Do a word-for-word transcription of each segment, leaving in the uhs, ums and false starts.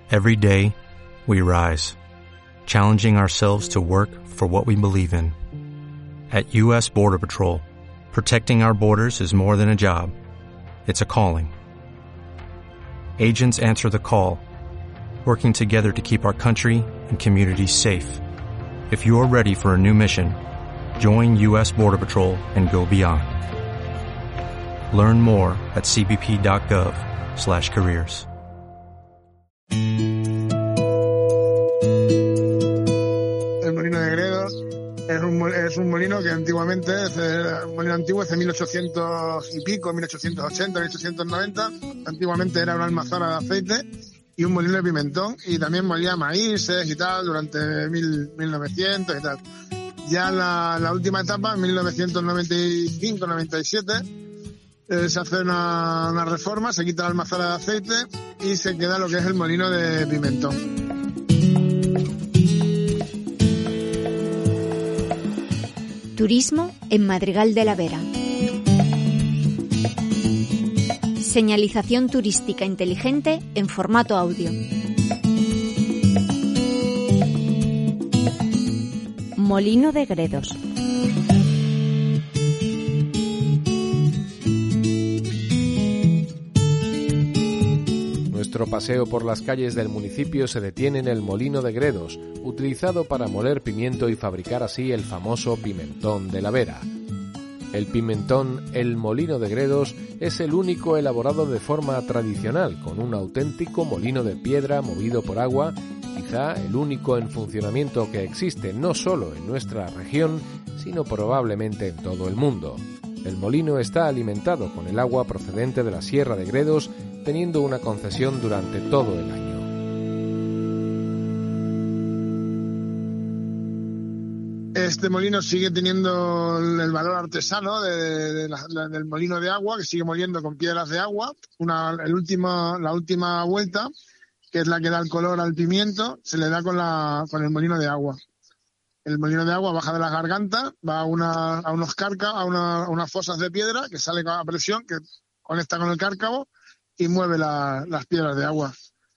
Every day, we rise, challenging ourselves to work for what we believe in. At U S Border Patrol, protecting our borders is more than a job. It's a calling. Agents answer the call, working together to keep our country and communities safe. If you are ready for a new mission, join U S Border Patrol and go beyond. Learn more at c b p dot gov slash careers. El molino de Gredos es un, es un molino que antiguamente, es un molino antiguo, es de mil ochocientos y pico, mil ochocientos ochenta, mil ochocientos noventa. Antiguamente era una almazara de aceite y un molino de pimentón, y también molía maíces y tal durante mil, mil novecientos y tal. Ya la, la última etapa, en mil novecientos noventa y cinco noventa y siete, eh, se hace una, una reforma, se quita la almazara de aceite y se queda lo que es el molino de pimentón. Turismo en Madrigal de la Vera. Señalización turística inteligente en formato audio. Molino de Gredos. Nuestro paseo por las calles del municipio se detiene en el Molino de Gredos, utilizado para moler pimiento y fabricar así el famoso pimentón de la Vera. El pimentón El Molino de Gredos es el único elaborado de forma tradicional, con un auténtico molino de piedra movido por agua, quizá el único en funcionamiento que existe no solo en nuestra región, sino probablemente en todo el mundo. El molino está alimentado con el agua procedente de la Sierra de Gredos, teniendo una concesión durante todo el año. Este molino sigue teniendo el valor artesano de, de, de la, del molino de agua, que sigue moliendo con piedras de agua. Una, el último, la última vuelta, que es la que da el color al pimiento, se le da con, la, con el molino de agua. El molino de agua baja de la garganta, va a, una, a unos cárcavos, a, una, a unas fosas de piedra que sale a presión, que conecta con el cárcavo y mueve la, las piedras de agua.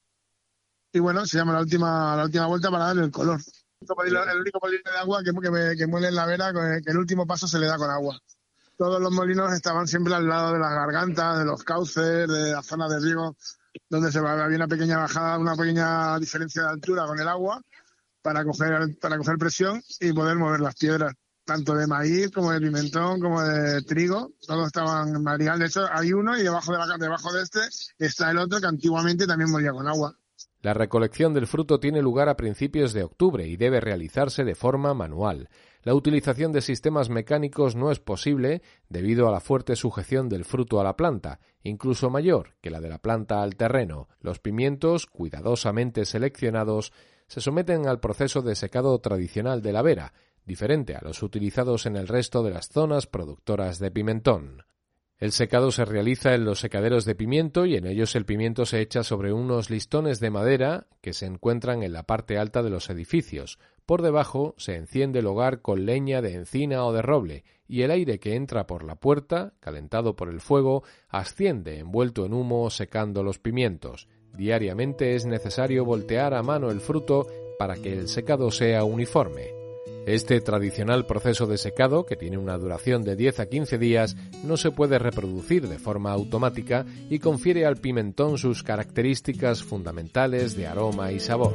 Y bueno, se llama la última, la última vuelta para darle el color. El único molino de agua que, que, que muele en la Vera, que el último paso se le da con agua. Todos los molinos estaban siempre al lado de las gargantas, de los cauces, de las zonas de riego, donde se había una pequeña bajada, una pequeña diferencia de altura con el agua para coger, para coger presión y poder mover las piedras, tanto de maíz como de pimentón, como de trigo. Todos estaban en Madrigal. De hecho, hay uno y debajo de, la, debajo de este está el otro que antiguamente también molía con agua. La recolección del fruto tiene lugar a principios de octubre y debe realizarse de forma manual. La utilización de sistemas mecánicos no es posible debido a la fuerte sujeción del fruto a la planta, incluso mayor que la de la planta al terreno. Los pimientos, cuidadosamente seleccionados, se someten al proceso de secado tradicional de la Vera, diferente a los utilizados en el resto de las zonas productoras de pimentón. El secado se realiza en los secaderos de pimiento y en ellos el pimiento se echa sobre unos listones de madera que se encuentran en la parte alta de los edificios. Por debajo se enciende el hogar con leña de encina o de roble y el aire que entra por la puerta, calentado por el fuego, asciende envuelto en humo secando los pimientos. Diariamente es necesario voltear a mano el fruto para que el secado sea uniforme. Este tradicional proceso de secado, que tiene una duración de diez a quince días, no se puede reproducir de forma automática y confiere al pimentón sus características fundamentales de aroma y sabor.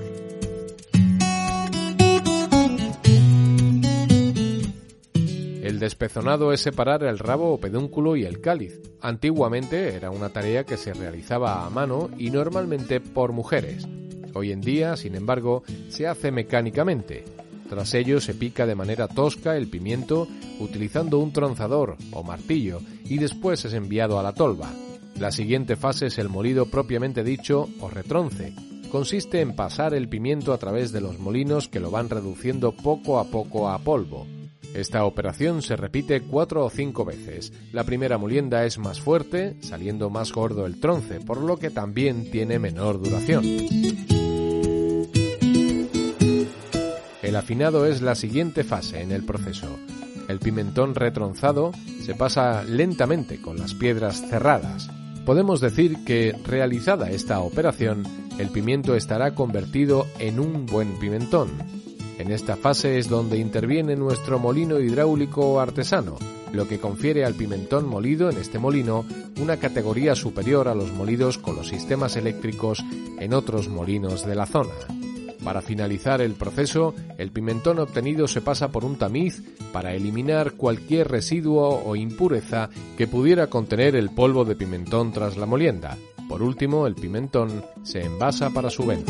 El despezonado es separar el rabo o pedúnculo y el cáliz. Antiguamente era una tarea que se realizaba a mano y normalmente por mujeres. Hoy en día, sin embargo, se hace mecánicamente. Tras ello se pica de manera tosca el pimiento utilizando un tronzador o martillo y después es enviado a la tolva. La siguiente fase es el molido propiamente dicho o retronce. Consiste en pasar el pimiento a través de los molinos que lo van reduciendo poco a poco a polvo. Esta operación se repite cuatro o cinco veces. La primera molienda es más fuerte, saliendo más gordo el tronce, por lo que también tiene menor duración. El afinado es la siguiente fase en el proceso. El pimentón retronzado se pasa lentamente con las piedras cerradas. Podemos decir que, realizada esta operación, el pimiento estará convertido en un buen pimentón. En esta fase es donde interviene nuestro molino hidráulico o artesano, lo que confiere al pimentón molido en este molino una categoría superior a los molidos con los sistemas eléctricos en otros molinos de la zona. Para finalizar el proceso, el pimentón obtenido se pasa por un tamiz para eliminar cualquier residuo o impureza que pudiera contener el polvo de pimentón tras la molienda. Por último, el pimentón se envasa para su venta.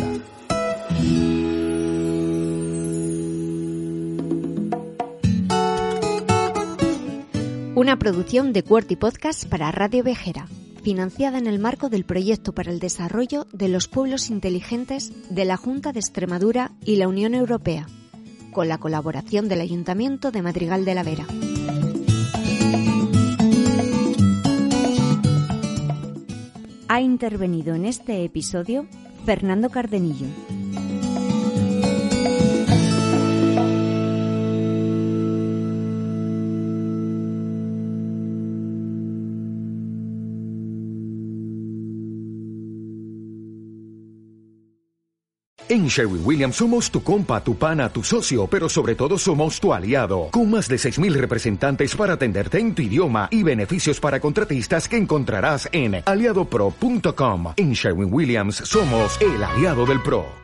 Una producción de Cuerty Podcast para Radio Viajera, financiada en el marco del Proyecto para el Desarrollo de los Pueblos Inteligentes de la Junta de Extremadura y la Unión Europea, con la colaboración del Ayuntamiento de Madrigal de la Vera. Ha intervenido en este episodio Fernando Cardenillo. En Sherwin-Williams somos tu compa, tu pana, tu socio, pero sobre todo somos tu aliado, con más de seis mil representantes para atenderte en tu idioma y beneficios para contratistas que encontrarás en aliado pro punto com. En Sherwin-Williams somos el aliado del pro.